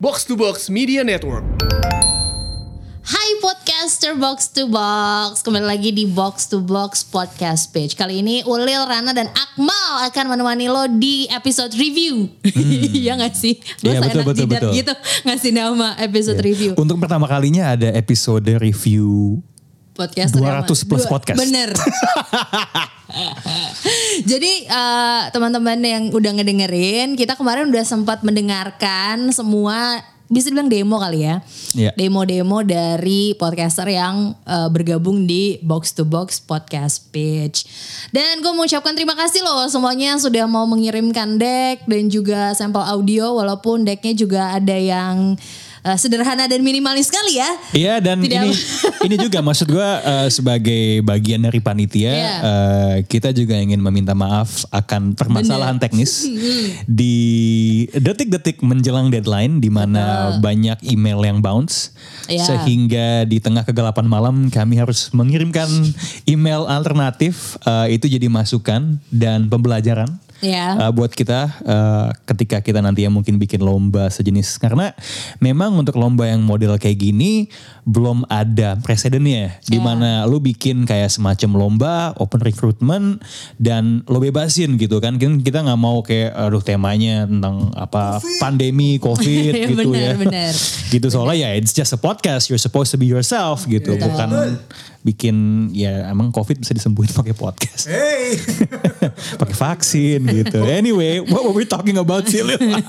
Box to Box Media Network. Hai podcaster Box to Box, kembali lagi di Box to Box Podcast Page. Kali ini Ulil, Rana, dan Akmal akan menemani lo di episode review. Iya gak sih? Gue betul. Gitu ngasih nama episode review. Untuk pertama kalinya ada episode review podcast 200 plus podcast. Bener. Jadi teman-teman yang udah ngedengerin, kita kemarin udah sempat mendengarkan semua, bisa dibilang demo kali ya. Yeah. Demo-demo dari podcaster yang bergabung di Box to Box Podcast Page. Dan gue mau ucapkan terima kasih loh semuanya sudah mau mengirimkan deck dan juga sampel audio, walaupun decknya juga ada yang sederhana dan minimalis sekali ya. Iya, dan ini juga maksud gue sebagai bagian dari panitia, kita juga ingin meminta maaf akan permasalahan teknis di detik-detik menjelang deadline, di mana banyak email yang bounce, sehingga di tengah kegelapan malam kami harus mengirimkan email alternatif. Itu jadi masukan dan pembelajaran. Buat kita ketika kita nanti mungkin bikin lomba sejenis, karena memang untuk lomba yang model kayak gini belum ada presidennya, di mana lu bikin kayak semacam lomba open recruitment dan lo bebasin gitu kan. Kita nggak mau kayak temanya tentang apa pandemi COVID gitu bener. Gitu soalnya ya it's just a podcast, you're supposed to be yourself gitu, bukan bikin emang COVID bisa disembuhin pakai podcast. Hey. Pakai vaksin gitu. Anyway, what were we talking about sih?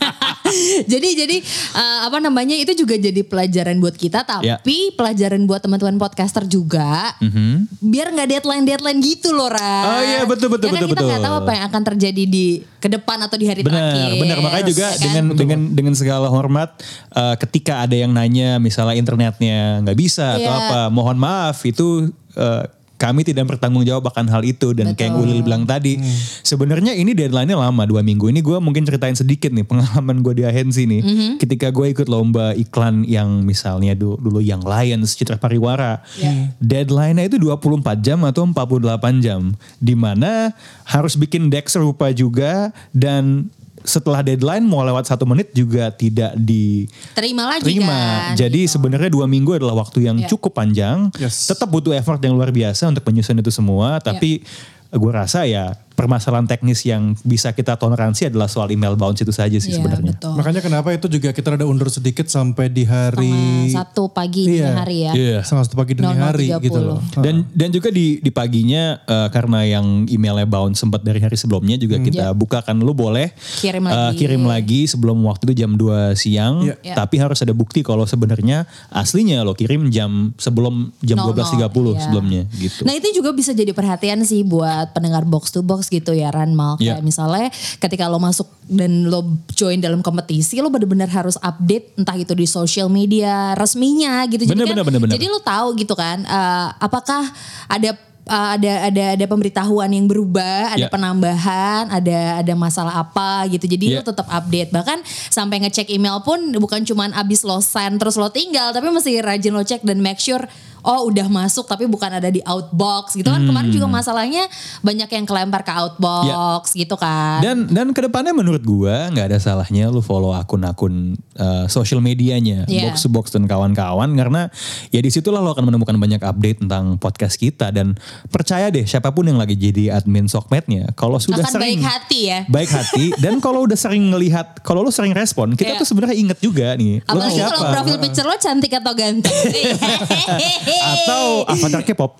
Jadi itu juga jadi pelajaran buat kita, tapi pelajaran buat teman-teman podcaster juga. Biar nggak deadline gitu loh, Ra. Oh iya, betul. Kita nggak tahu apa yang akan terjadi di ke depan atau di hari terakhir. Benar. Makanya juga dengan segala hormat, ketika ada yang nanya misalnya internetnya nggak bisa atau apa, mohon maaf, itu kami tidak bertanggung jawab akan hal itu. Dan kayak yang Ulil bilang tadi, sebenarnya ini deadline-nya lama, 2 minggu. Ini gue mungkin ceritain sedikit nih pengalaman gue di agensi nih. Ketika gue ikut lomba iklan yang misalnya dulu yang Lions, Citra Pariwara, deadline-nya itu 24 jam atau 48 jam, dimana harus bikin deck serupa juga, dan setelah deadline mau lewat 1 menit juga tidak diterima lagi kan. Jadi sebenarnya 2 minggu adalah waktu yang cukup panjang. Tetap butuh effort yang luar biasa untuk menyusun itu semua. Tapi gue rasa permasalahan teknis yang bisa kita toleransi adalah soal email bounce itu saja sih sebenarnya. Betul. Makanya kenapa itu juga kita ada undur sedikit sampai di hari 1 pagi dini hari ya. 1 pagi dini hari gitu loh. Dan juga di paginya karena yang emailnya bounce sempat dari hari sebelumnya juga kita bukakan, lu boleh kirim lagi sebelum waktu itu jam 2 siang. Tapi harus ada bukti kalau sebenarnya aslinya lo kirim sebelum jam 12.30 sebelumnya gitu. Nah itu juga bisa jadi perhatian sih buat pendengar Box to Box gitu ya, Ranmal. Kayak misalnya ketika lo masuk dan lo join dalam kompetisi, lo benar-benar harus update entah itu di social media resminya gitu. Bener. Jadi lo tahu gitu kan, apakah ada pemberitahuan yang berubah, ada penambahan, ada masalah apa gitu. Jadi lo tetap update. Bahkan sampai ngecek email pun bukan cuman abis lo send terus lo tinggal, tapi mesti rajin lo cek dan make sure udah masuk tapi bukan ada di outbox gitu kan. Kemarin juga masalahnya banyak yang kelempar ke outbox gitu kan. Dan kedepannya menurut gua nggak ada salahnya lu follow akun-akun social medianya Box to Box dan kawan-kawan, karena disitulah lo akan menemukan banyak update tentang podcast kita. Dan percaya deh, siapapun yang lagi jadi admin Sokmednya, kalau sudah akan sering baik hati dan kalau udah sering ngelihat, kalau lu sering respon, kita tuh sebenarnya inget juga nih. Apalagi kalau profil picture lo cantik atau ganteng. Atau avatar K-pop.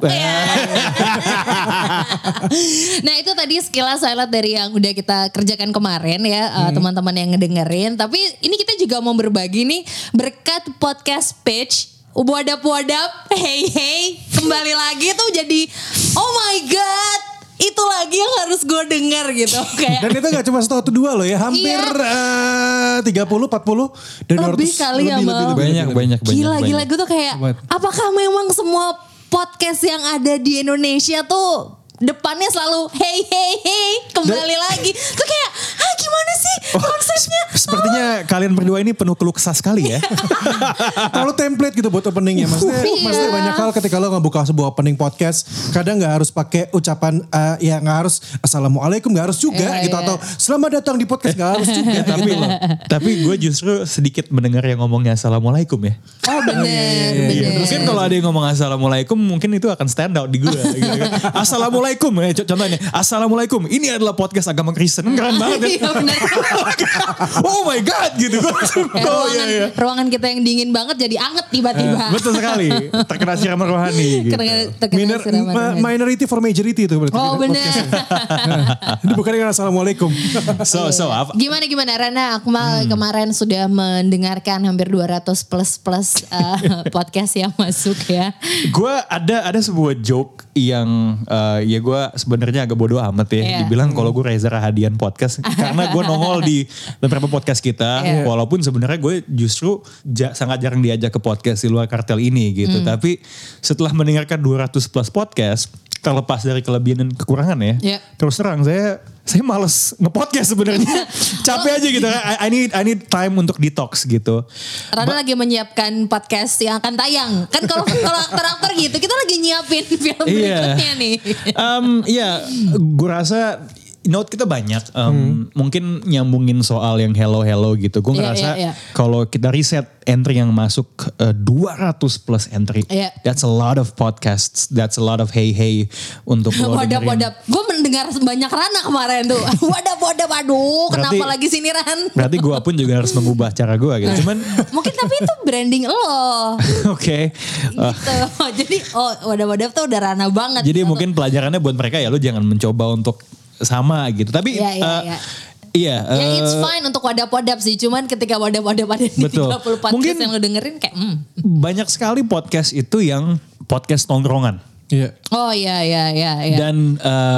Nah itu tadi sekilas highlight dari yang udah kita kerjakan kemarin ya, teman-teman yang ngedengerin. Tapi ini kita juga mau berbagi nih berkat podcast Page. Wadap, hey, kembali lagi tuh jadi oh my god, itu lagi yang harus gue denger gitu. Dan itu gak cuma 1 atau 2 loh ya, hampir 30, 40 dan lebih kali ya, banyak. Gila gue tuh kayak apakah memang semua podcast yang ada di Indonesia tuh depannya selalu hey kembali lagi. Tuh kayak gimana sih konsepnya? Sepertinya kalian berdua ini penuh keluh kesah sekali ya. Terlalu template gitu buat openingnya. Maksudnya banyak hal ketika lo ngebuka sebuah opening podcast, kadang gak harus pakai ucapan ya gak harus assalamualaikum, gak harus juga gitu. Atau selamat datang di podcast, gak harus juga gitu loh. Tapi gue justru sedikit mendengar yang ngomongnya assalamualaikum ya. Oh bener. Mungkin kalau ada yang ngomong assalamualaikum mungkin itu akan stand out di gue. Gitu kan. Assalamualaikum contohnya. Assalamualaikum, ini adalah podcast agama Kristen. Keren banget ya. Iya bener. Oh my God gitu. Ruangan kita yang dingin banget jadi anget tiba-tiba. Betul sekali. Terkena siraman rohani. Gitu. Terkena siraman rohani. Minority for majority itu berarti. Oh bener. Ini bukan dengan assalamualaikum. So apa? Gimana Rana? Akmal kemarin sudah mendengarkan hampir 200 plus podcast yang masuk ya. Gue ada sebuah joke yang ya gue sebenarnya agak bodoh amat ya. Yeah. Dibilang kalau gue Reza Rahadian podcast karena gue nongol di beberapa podcast kita. Yeah. Walaupun sebenarnya gue justru sangat jarang diajak ke podcast di luar kartel ini gitu. Tapi setelah mendengarkan 200 plus podcast, terlepas dari kelebihan dan kekurangan ya. Yeah. Terus terang saya males nge-podcast sebenarnya. Capek aja gitu. I need time untuk detox gitu. Rana lagi menyiapkan podcast yang akan tayang. Kan kalau aktor-aktor gitu, kita lagi nyiapin film berikutnya nih. Gue rasa note kita banyak. Mungkin nyambungin soal yang hello gitu. Gue ngerasa kalau kita riset entry yang masuk 200 plus entry. That's a lot of podcasts. That's a lot of hey untuk lo dengerin. Gue mendengar banyak Rana kemarin tuh. Aduh kenapa lagi sini Ran? Berarti gue pun juga harus mengubah cara gue gitu. Cuman mungkin tapi itu branding lo. Oke. Gitu. Jadi wadah tuh udah Rana banget. Jadi gitu. Mungkin pelajarannya buat mereka ya lo jangan mencoba untuk sama gitu. Tapi it's fine untuk wadah-wadah sih. Cuman ketika wadah-wadah ada di 30 podcast mungkin yang lo dengerin kayak banyak sekali podcast itu yang podcast tongkrongan. Iya. Oh iya. Dan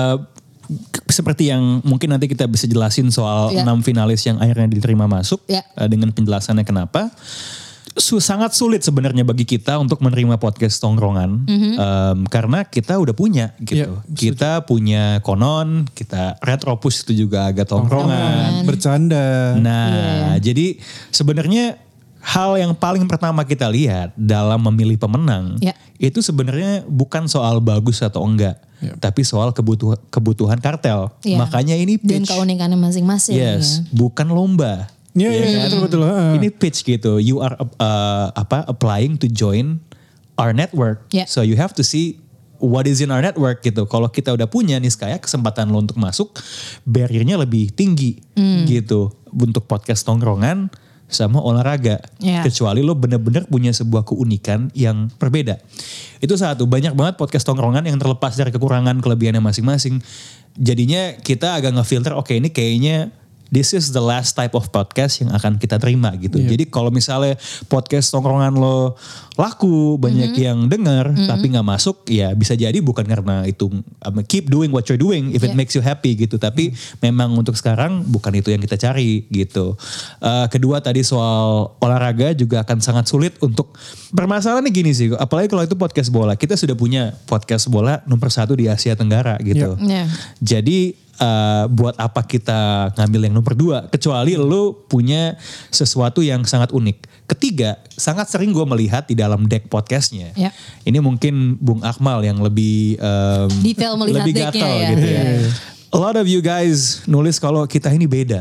seperti yang mungkin nanti kita bisa jelasin soal 6 finalis yang akhirnya diterima masuk dengan penjelasannya kenapa. Sangat sulit sebenarnya bagi kita untuk menerima podcast tongkrongan karena kita udah punya gitu. Kita punya Konon, kita Retropus itu juga agak tongkrongan. Bercanda. Nah, jadi sebenarnya hal yang paling pertama kita lihat dalam memilih pemenang itu sebenarnya bukan soal bagus atau enggak, tapi soal kebutuhan kartel. Makanya ini pitch. Dan keunikannya masing-masing. Yes, bukan lomba. Iya, betul. Ini pitch gitu. You are applying to join our network. So you have to see what is in our network gitu. Kalau kita udah punya nih kayak kesempatan lo untuk masuk, barriernya lebih tinggi gitu untuk podcast tongkrongan sama olahraga. Kecuali lo bener-bener punya sebuah keunikan yang berbeda. Itu satu. Banyak banget podcast tongkrongan yang terlepas dari kekurangan kelebihannya masing-masing. Jadinya kita agak ngefilter. Oke, ini kayaknya this is the last type of podcast yang akan kita terima gitu. Jadi kalau misalnya podcast tongkrongan lo laku, banyak yang denger tapi gak masuk, ya bisa jadi bukan karena itu keep doing what you're doing if it makes you happy gitu. Tapi memang untuk sekarang bukan itu yang kita cari gitu. Kedua tadi soal olahraga juga akan sangat sulit untuk, permasalahannya gini sih, apalagi kalau itu podcast bola. Kita sudah punya podcast bola nomor 1 di Asia Tenggara gitu. Jadi buat apa kita ngambil yang nomor 2 kecuali lo punya sesuatu yang sangat unik. Ketiga, sangat sering gue melihat di dalam deck podcastnya. Ini mungkin Bung Akmal yang lebih detail melihat lebih gatal gitu ya. A lot of you guys nulis kalau kita ini beda.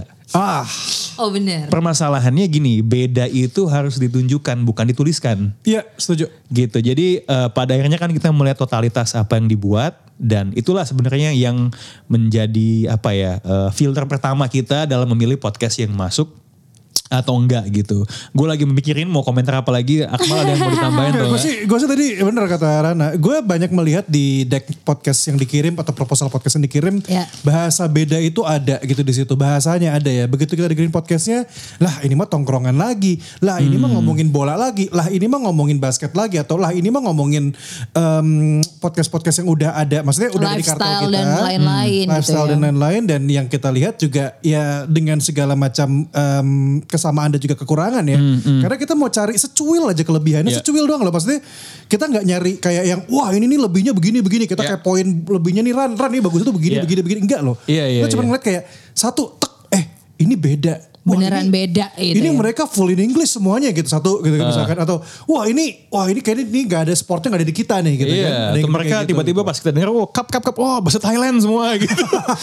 Oh benar. Permasalahannya gini, beda itu harus ditunjukkan bukan dituliskan. Iya, setuju. Gitu. Jadi pada akhirnya kan kita melihat totalitas apa yang dibuat. Dan itulah sebenarnya yang menjadi filter pertama kita dalam memilih podcast yang masuk atau enggak gitu. Gue lagi memikirin mau komentar apa lagi. Akmal ada yang mau ditambahin tuh? Gue sih tadi bener kata Rana. Gue banyak melihat di deck podcast yang dikirim atau proposal podcast yang dikirim, bahasa beda itu ada gitu di situ. Bahasanya ada ya. Begitu kita dengerin podcastnya, lah ini mah tongkrongan lagi, lah ini mah ngomongin bola lagi, lah ini mah ngomongin basket lagi, atau lah ini mah ngomongin podcast-podcast yang udah ada. Maksudnya udah ada di kartel kita. Dan lain-lain lifestyle gitu dan lain-lain. Dan yang kita lihat juga ya dengan segala macam sama Anda juga kekurangan ya. Karena kita mau cari secuil aja kelebihannya, secuil doang loh. Maksudnya kita nggak nyari kayak yang wah ini nih lebihnya begini. Kita kayak poin lebihnya nih Ran nih bagus itu begini. Enggak loh. Kita cuma ngeliat kayak satu ini beda. Wah, beneran beda itu. Ini ya. mereka full in English semuanya gitu satu gitu misalkan atau wah ini kayaknya ini nggak ada sportnya nggak ada di kita nih gitu kan. Ada Atau mereka gitu, tiba-tiba pas kita denger cup bahasa Thailand semua gitu.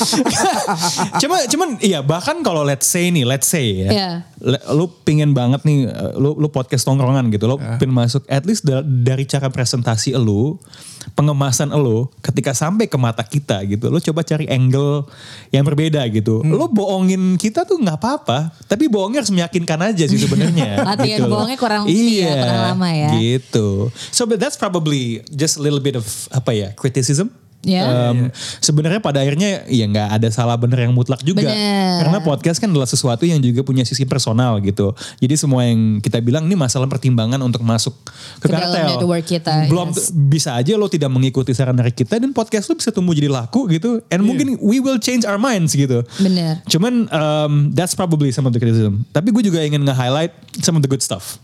cuman iya bahkan kalau let's say ya. Lu pingin banget nih lu podcast tongkrongan gitu. Lu pingin masuk at least dari cara presentasi lu, pengemasan lu ketika sampai ke mata kita gitu. Lu coba cari angle yang berbeda gitu. Lu bohongin kita tuh nggak apa-apa. Tapi bohongnya harus meyakinkan aja sih sebenarnya. Latihan gitu bohongnya kurang lama ya. Gitu. So but that's probably just a little bit of criticism. Sebenarnya pada akhirnya ya nggak ada salah benar yang mutlak juga. Karena podcast kan adalah sesuatu yang juga punya sisi personal gitu. Jadi semua yang kita bilang ini masalah pertimbangan untuk masuk ke kartel. Network kita. Belum bisa aja lo tidak mengikuti saran dari kita dan podcast lo bisa tumbuh jadi laku gitu. And mungkin we will change our minds gitu. Bener. Cuman that's probably some of the criticism. Tapi gue juga ingin nge-highlight some of the good stuff.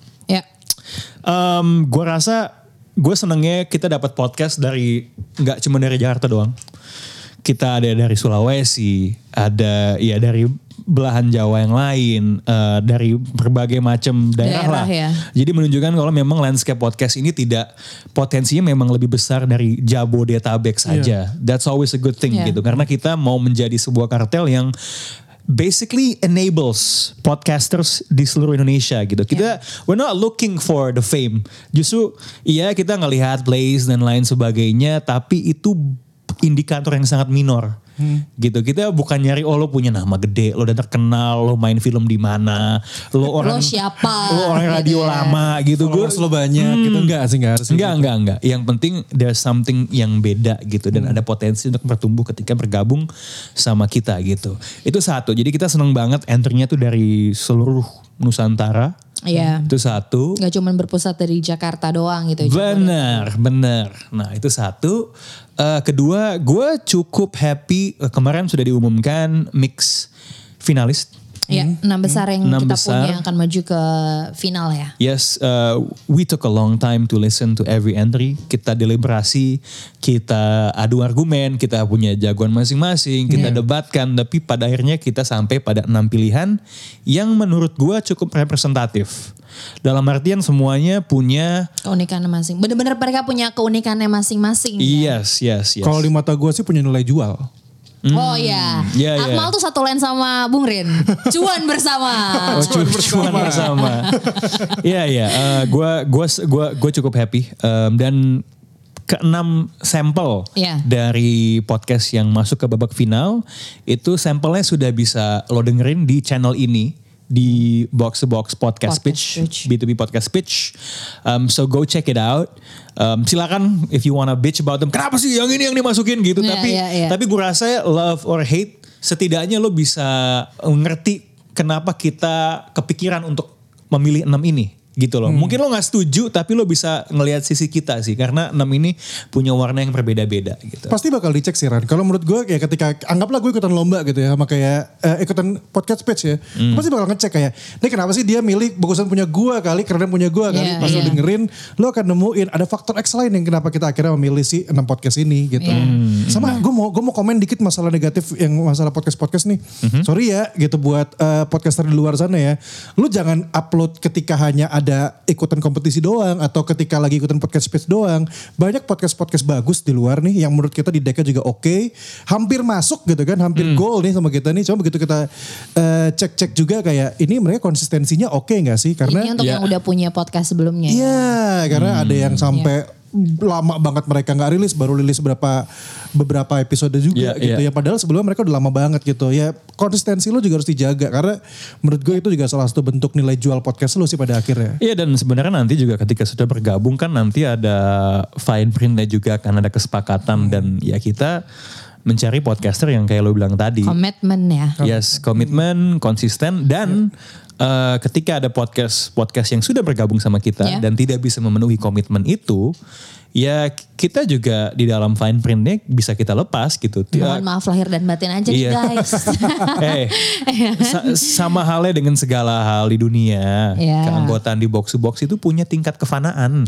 Gue rasa gue senengnya kita dapat podcast dari nggak cuma dari Jakarta doang. Kita ada dari Sulawesi, ada ya dari belahan Jawa yang lain, dari berbagai macam daerah lah. Ya. Jadi menunjukkan kalau memang landscape podcast ini tidak potensinya memang lebih besar dari Jabodetabek saja. That's always a good thing gitu. Karena kita mau menjadi sebuah kartel yang basically enables podcasters di seluruh Indonesia gitu. We're not looking for the fame. Justru kita ngelihat plays dan lain sebagainya, tapi itu indikator yang sangat minor. Gitu. Kita bukan nyari lo punya nama gede, lo udah terkenal, lo main film di mana, lo siapa, lo orang radio lama gitu. Lo banyak gitu enggak harus. Enggak. Yang penting there's something yang beda gitu dan ada potensi untuk bertumbuh ketika bergabung sama kita gitu. Itu satu. Jadi kita seneng banget entry-nya tuh dari seluruh Nusantara. Iya. Itu satu. Gak cuma berpusat dari Jakarta doang gitu. Bener. Nah itu satu. Kedua, gue cukup happy kemarin sudah diumumkan mix finalis. Ya, 6 besar yang kita punya akan maju ke final ya. Yes, we took a long time to listen to every entry. Kita deliberasi, kita adu argumen, kita punya jagoan masing-masing, kita debatkan. Tapi pada akhirnya kita sampai pada 6 pilihan yang menurut gue cukup representatif. Dalam artian semuanya punya keunikannya masing. Bener-bener mereka punya keunikannya masing-masing. Yes. Kalau di mata gue sih punya nilai jual. Oh iya. Akmal tuh satu line sama Bung Rin. Cuan bersama. Cuan bersama. Iya. Gue cukup happy. Dan ke-6 sampel dari podcast yang masuk ke babak final itu sampelnya sudah bisa lo dengerin di channel ini. Di Box to Box Podcast Pitch, B2B Podcast Pitch. So go check it out. Silakan if you wanna bitch about them. Kenapa sih yang ini yang dimasukin gitu? Tapi gue rasa love or hate setidaknya lo bisa ngerti kenapa kita kepikiran untuk memilih 6 ini. Gitu loh. Mungkin lo gak setuju tapi lo bisa ngelihat sisi kita sih. Karena 6 ini punya warna yang berbeda-beda gitu. Pasti bakal dicek sih Ran. Kalau menurut gue kayak ketika anggaplah gue ikutan lomba gitu ya. Sama kayak ikutan podcast pitch ya. Pasti bakal ngecek kayak ini kenapa sih dia milih bagusan punya gue kali. Karena punya gue kali. Pas lo dengerin lo akan nemuin ada faktor X lain yang kenapa kita akhirnya memilih si 6 podcast ini gitu. Sama gue mau komen dikit masalah negatif yang masalah podcast nih. Sorry ya gitu buat podcaster di luar sana ya. Lu jangan upload ketika hanya ada ikutan kompetisi doang atau ketika lagi ikutan podcast pitch doang. Banyak podcast bagus di luar nih yang menurut kita di decknya juga oke. Hampir masuk gitu kan, hampir goal nih sama kita nih. Cuma begitu kita cek juga kayak ini mereka konsistensinya oke gak sih? Karena ini untuk yang udah punya podcast sebelumnya. Iya, karena ada yang sampai lama banget mereka nggak rilis, baru rilis beberapa episode juga gitu ya. Padahal sebelumnya mereka udah lama banget gitu ya. Konsistensi lo juga harus dijaga karena menurut gue itu juga salah satu bentuk nilai jual podcast lo sih pada akhirnya. Iya, dan sebenarnya nanti juga ketika sudah bergabung kan nanti ada fine printnya juga, kan ada kesepakatan dan ya kita mencari podcaster yang kayak lo bilang tadi. Komitmen ya. Yes, komitmen, konsisten dan ketika ada podcast yang sudah bergabung sama kita dan tidak bisa memenuhi komitmen itu, ya kita juga di dalam fine printnya bisa kita lepas gitu. Mohon maaf lahir dan batin aja nih guys. Sama halnya dengan segala hal di dunia, keanggotaan di box to box itu punya tingkat kefanaan.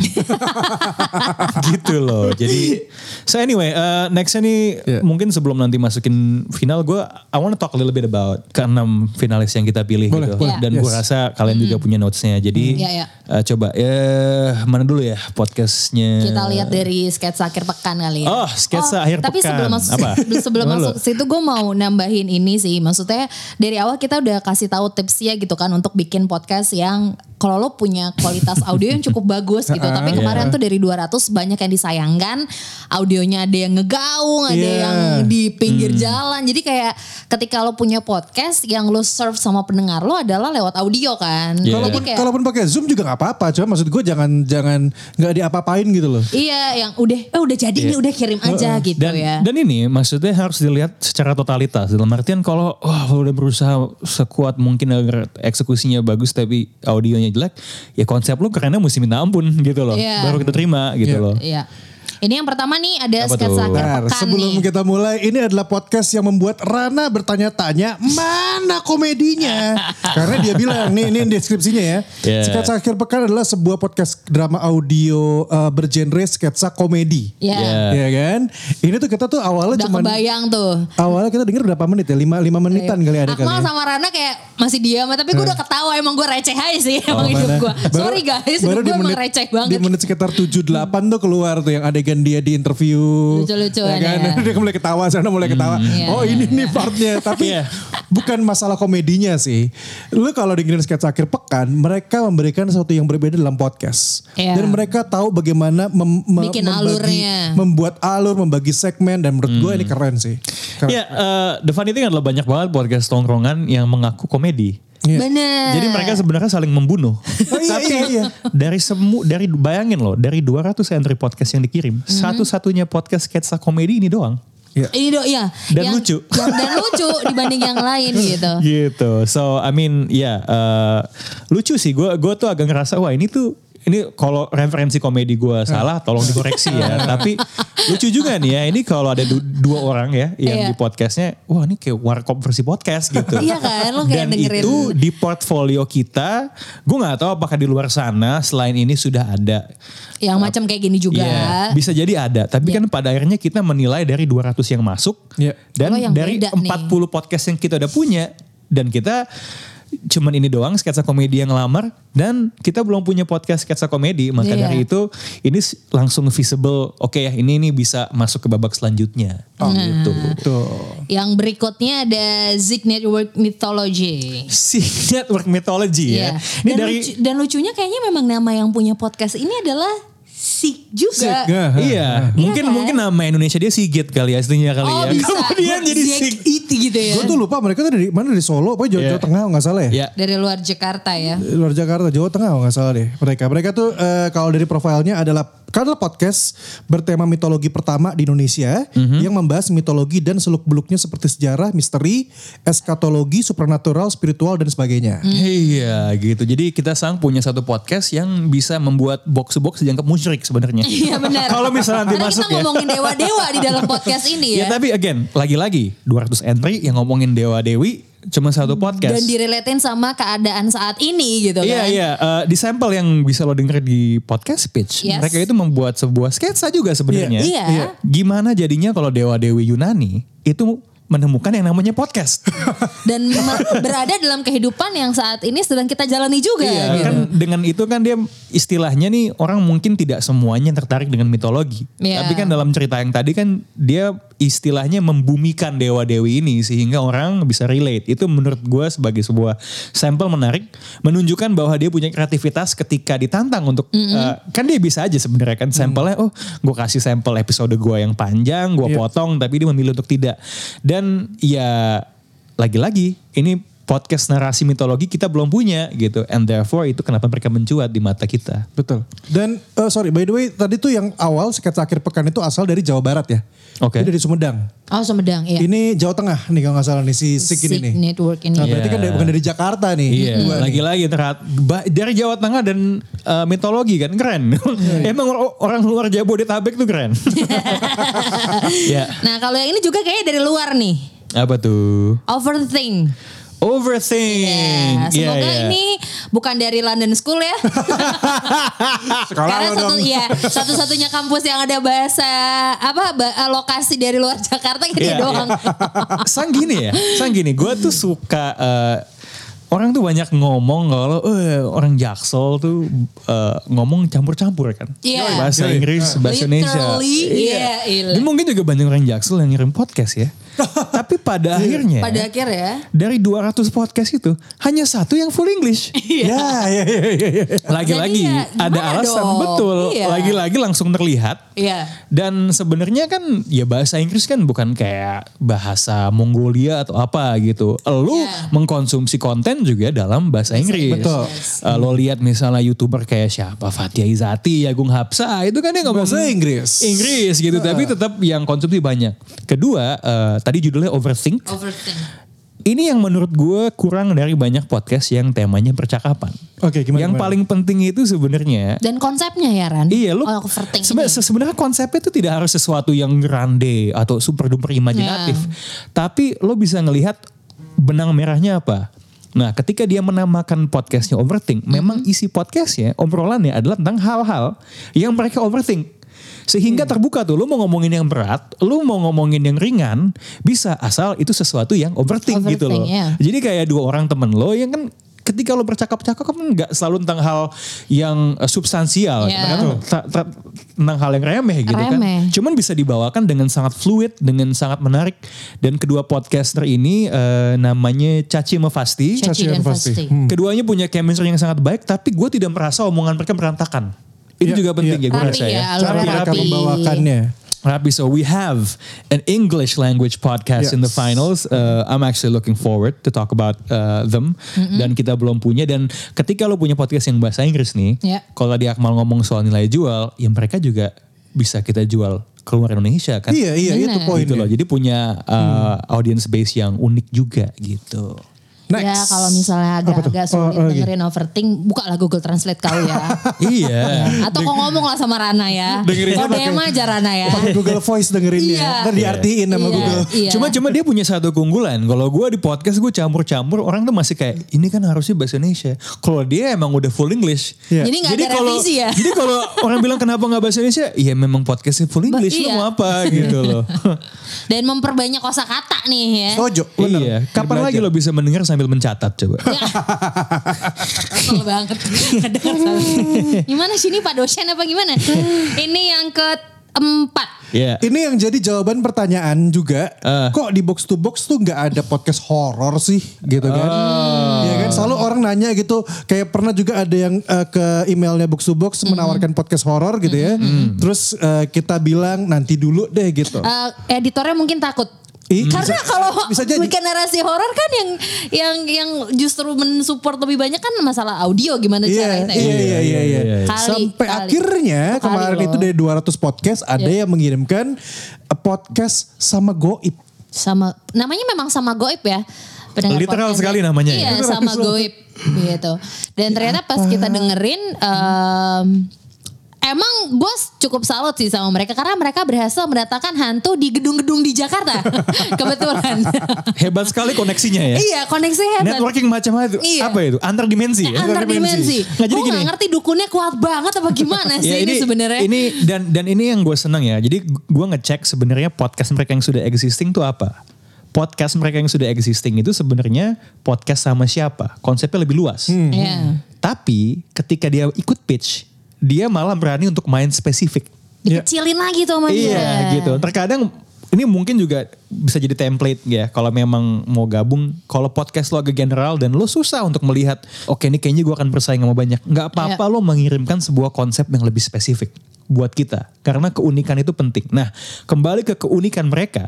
Gitu loh. Jadi so anyway, nextnya nih mungkin sebelum nanti masukin final, I want to talk a little bit about ke-6 finalis yang kita pilih gitu. Dan gue rasa kalian juga punya notesnya. Jadi coba mana dulu ya podcastnya. Kita lihat dari sketsa akhir pekan kali ya. Oh, sketsa akhir tapi pekan. Sebelum masuk situ gue mau nambahin ini sih. Maksudnya dari awal kita udah kasih tahu tipsnya gitu kan untuk bikin podcast yang kalau lo punya kualitas audio yang cukup bagus gitu. Tapi kemarin tuh dari 200 banyak yang disayangkan. Audionya ada yang ngegaung, ada yang di pinggir jalan. Jadi kayak ketika lo punya podcast yang lo serve sama pendengar lo adalah lewat audio kan. Kalaupun pakai Zoom juga gak apa-apa. Cuma maksud gue jangan gak diapa-apain gitu loh. Iya, yang udah jadi nih, udah kirim aja gitu ya. Dan ini maksudnya harus dilihat secara totalitas. Dalam artian kalau udah berusaha sekuat mungkin agar eksekusinya bagus tapi audionya jelek, ya konsep lu kerennya mesti minta ampun gitu loh. Baru kita terima gitu loh. Iya. Ini yang pertama nih ada sketsa akhir pekan sebelum kita mulai, ini adalah podcast yang membuat Rana bertanya-tanya mana komedinya. Karena dia bilang, ini deskripsinya ya. Sketsa akhir pekan adalah sebuah podcast drama audio bergenre sketsa komedi. Iya kan? Ini tuh kita tuh awalnya udah kebayang tuh. Awalnya kita denger berapa menit ya? 5 menitan kali ada kali. Akmal sama Rana kayak masih diam, tapi gue udah ketawa, emang gue receh aja sih emang hidup gue. Sorry guys, hidup gue emang receh banget. Di menit sekitar 7-8 tuh keluar tuh yang adegan dia di interview, lucu-lucuan ya kan? Dia mulai ketawa, sana mulai ketawa. Oh ini nih partnya, tapi bukan masalah komedinya sih. Lu kalau dengerin sketsa akhir pekan, mereka memberikan sesuatu yang berbeda dalam podcast, dan mereka tahu bagaimana bikin alurnya, membuat alur, membagi segmen, dan menurut gue ini keren sih. The funny thing adalah banyak banget podcast tongkrongan yang mengaku komedi. Bener. Jadi mereka sebenarnya saling membunuh. Tapi dari bayangin loh, dari 200 entry podcast yang dikirim, satu-satunya podcast sketsa komedi ini doang. Ini dan lucu. Dan lucu dibanding yang lain gitu. Gitu. So I mean lucu sih. Gue tuh agak ngerasa wah ini kalau referensi komedi gue salah tolong dikoreksi ya. Tapi lucu juga nih ya. Ini kalau ada dua orang ya yang di podcastnya, wah ini kayak warkop versi podcast gitu. Iya kan, lo kayak dan dengerin. itu di portfolio kita, gue nggak tahu apakah di luar sana selain ini sudah ada yang macam kayak gini juga. Bisa jadi ada. Tapi kan pada akhirnya kita menilai dari 200 yang masuk dan dari 40 podcast yang kita udah punya, dan kita cuman ini doang sketsa komedi yang ngelamar, dan kita belum punya podcast sketsa komedi, maka dari itu ini langsung visible. Oke ya, ini bisa masuk ke babak selanjutnya. Gitu. Yang berikutnya ada Zik Network Mythology. Zik Network Mythology ya. Ini dan lucunya kayaknya memang nama yang punya podcast ini adalah Sig juga. Iya, mungkin nama Indonesia dia Sigit kali ya, aslinya kali ya. Bisa. Kemudian jadi Sig gitu ya. Gue tuh lupa mereka tuh dari mana, dari Solo, apa Jawa Tengah nggak salah ya? Dari luar Jakarta ya. Luar Jakarta, Jawa Tengah nggak salah deh. Mereka tuh kalau dari profilnya adalah podcast bertema mitologi pertama di Indonesia yang membahas mitologi dan seluk-beluknya seperti sejarah, misteri, eskatologi, supernatural, spiritual dan sebagainya. Iya gitu. Jadi kita punya satu podcast yang bisa membuat box-box dianggap musyrik sebenarnya. Iya benar. Kalau misalnya nanti masuk kita ngomongin dewa-dewa di dalam podcast ini ya. Ya tapi again, lagi-lagi 200 entry yang ngomongin dewa-dewi cuma satu podcast. Dan direlatein sama keadaan saat ini gitu kan. Iya. Di sampel yang bisa lo denger di podcast pitch. Mereka itu membuat sebuah sketsa juga sebenarnya. Iya. Gimana jadinya kalau dewa-dewi Yunani itu menemukan yang namanya podcast. Dan berada dalam kehidupan yang saat ini sedang kita jalani juga. Iya, gitu. kan dengan itu kan dia istilahnya nih, orang mungkin tidak semuanya tertarik dengan mitologi. Tapi kan dalam cerita yang tadi kan dia istilahnya membumikan dewa-dewi ini sehingga orang bisa relate. Itu menurut gue sebagai sebuah sampel menarik, menunjukkan bahwa dia punya kreativitas ketika ditantang untuk kan dia bisa aja sebenarnya kan sampelnya, gue kasih sampel episode gue yang panjang, gue potong, tapi dia memilih untuk tidak. Dan ya lagi-lagi ini podcast narasi mitologi kita belum punya gitu. And therefore itu kenapa mereka mencuat di mata kita. Betul. Dan sorry by the way tadi tuh yang awal sketsa akhir pekan itu asal dari Jawa Barat ya. Oke. Itu dari Sumedang. Oh Sumedang, iya. Ini Jawa Tengah nih kalau nggak salah nih si Sik ini nih. Network ini. Nah, berarti kan bukan dari Jakarta nih. Iya, lagi-lagi dari Jawa Tengah dan mitologi kan keren. Emang orang luar Jabodetabek tuh keren. Ya. Nah kalau yang ini juga kayaknya dari luar nih. Apa tuh? Overthink. Overthink. Ya, semoga ini bukan dari London School ya. Karena satu-satunya kampus yang ada bahasa lokasi dari luar Jakarta gitu doang. Sang gini, gue tuh suka orang tuh banyak ngomong kalau orang Jaksel tuh ngomong campur-campur kan. Yeah. Bahasa Inggris, bahasa Indonesia. Dan mungkin juga banyak orang Jaksel yang ngirim podcast ya. Tapi pada akhirnya dari 200 podcast itu hanya satu yang full English. Ya. Lagi-lagi ada alasan dong? Betul. Lagi-lagi langsung terlihat. Dan sebenarnya kan ya bahasa Inggris kan bukan kayak bahasa Mongolia atau apa gitu. Lu mengkonsumsi konten juga dalam bahasa Inggris. Betul. Lo lihat misalnya YouTuber kayak siapa Fathia Izati, Agung Hapsa itu kan dia ngomong bahasa Inggris gitu. Tapi tetap yang konsumsi banyak. Kedua tadi judulnya Overthink. Ini yang menurut gue kurang dari banyak podcast yang temanya percakapan. Oke, gimana? Paling penting itu sebenarnya. Dan konsepnya ya Ran. Iya, lu sebenarnya konsepnya itu tidak harus sesuatu yang grande atau super duper imajinatif. Tapi lo bisa ngelihat benang merahnya apa. Nah, ketika dia menamakan podcastnya Overthink, memang isi podcastnya, obrolannya adalah tentang hal-hal yang mereka overthink. Sehingga terbuka tuh, lu mau ngomongin yang berat, lu mau ngomongin yang ringan, bisa asal itu sesuatu yang overthink gitu loh. Jadi kayak dua orang temen lo yang kan ketika lo bercakap-cakap kan gak selalu tentang hal yang substansial. Tentang hal yang remeh gitu kan. Cuman bisa dibawakan dengan sangat fluid, dengan sangat menarik. Dan kedua podcaster ini namanya Caci Mafasti. Keduanya punya chemistry yang sangat baik, tapi gue tidak merasa omongan mereka berantakan. Itu juga penting ya gue rasa ya. Cara mereka membawakannya. Rapi, so we have an English language podcast in the finals. I'm actually looking forward to talk about them. Dan kita belum punya. Dan ketika lo punya podcast yang bahasa Inggris nih, kalau tadi Akmal ngomong soal nilai jual, ya mereka juga bisa kita jual keluar Indonesia kan. Iya itu poinnya. Gitu loh. Jadi punya audience base yang unik juga gitu. Next. Ya kalau misalnya agak sulit dengerin Overthink, bukalah Google Translate kau ya. Iya. Atau kau ngomong lah sama Rana ya. Kau DM aja Rana ya. Pakai Google Voice dengerinnya. Ntar diartiin sama Google. Cuma dia punya satu keunggulan. Kalau gue di podcast gue campur-campur, orang tuh masih kayak ini kan harusnya bahasa Indonesia. Kalau dia emang udah full English. Jadi gak ada revisi ya. Jadi kalau orang bilang kenapa gak bahasa Indonesia, ya memang podcastnya full English. Lu mau apa gitu loh. Dan memperbanyak kosakata nih ya. Sojo. Iya. Kapan lagi lo bisa mendengar sambil mencatat coba? Kesel banget. Gimana sih ini Pak dosen apa gimana? Ini yang keempat. Ini yang jadi jawaban pertanyaan juga. Kok di Box to Box tuh gak ada podcast horor sih gitu kan? Ya kan selalu orang nanya gitu. Kayak pernah juga ada yang ke emailnya Box to Box menawarkan podcast horor gitu ya. Terus kita bilang nanti dulu deh gitu. Editornya mungkin takut. Karena kalau bikin narasi horor kan yang justru mensupport lebih banyak kan masalah audio gimana caranya. Iya. Sampai akhirnya kemarin itu dari 200 podcast ada yang mengirimkan podcast sama goib. Namanya memang sama goib ya. Literal sekali namanya. Iya sama goib gitu. Dan ternyata pas kita dengerin emang bos cukup salut sih sama mereka karena mereka berhasil mendatangkan hantu di gedung-gedung di Jakarta. Kebetulan. Hebat sekali koneksinya ya. Iya, koneksinya hebat. Networking macam itu. Apa itu? Antar dimensi ya? Antar dimensi. Nah, jadi gue gak ngerti dukunnya kuat banget apa gimana sih ini sebenarnya. Ini dan ini yang gue senang ya. Jadi gue ngecek sebenarnya podcast mereka yang sudah existing itu apa. Podcast mereka yang sudah existing itu sebenarnya podcast sama siapa. Konsepnya lebih luas. Tapi ketika dia ikut pitch, dia malah berani untuk main spesifik. Dikecilin lagi tuh sama dia. Iya gitu. Terkadang ini mungkin juga bisa jadi template ya. Kalau memang mau gabung. Kalau podcast lo agak general dan lo susah untuk melihat. Oke ini kayaknya gue akan bersaing sama banyak. Gak apa-apa lo mengirimkan sebuah konsep yang lebih spesifik. Buat kita. Karena keunikan itu penting. Nah kembali ke keunikan mereka.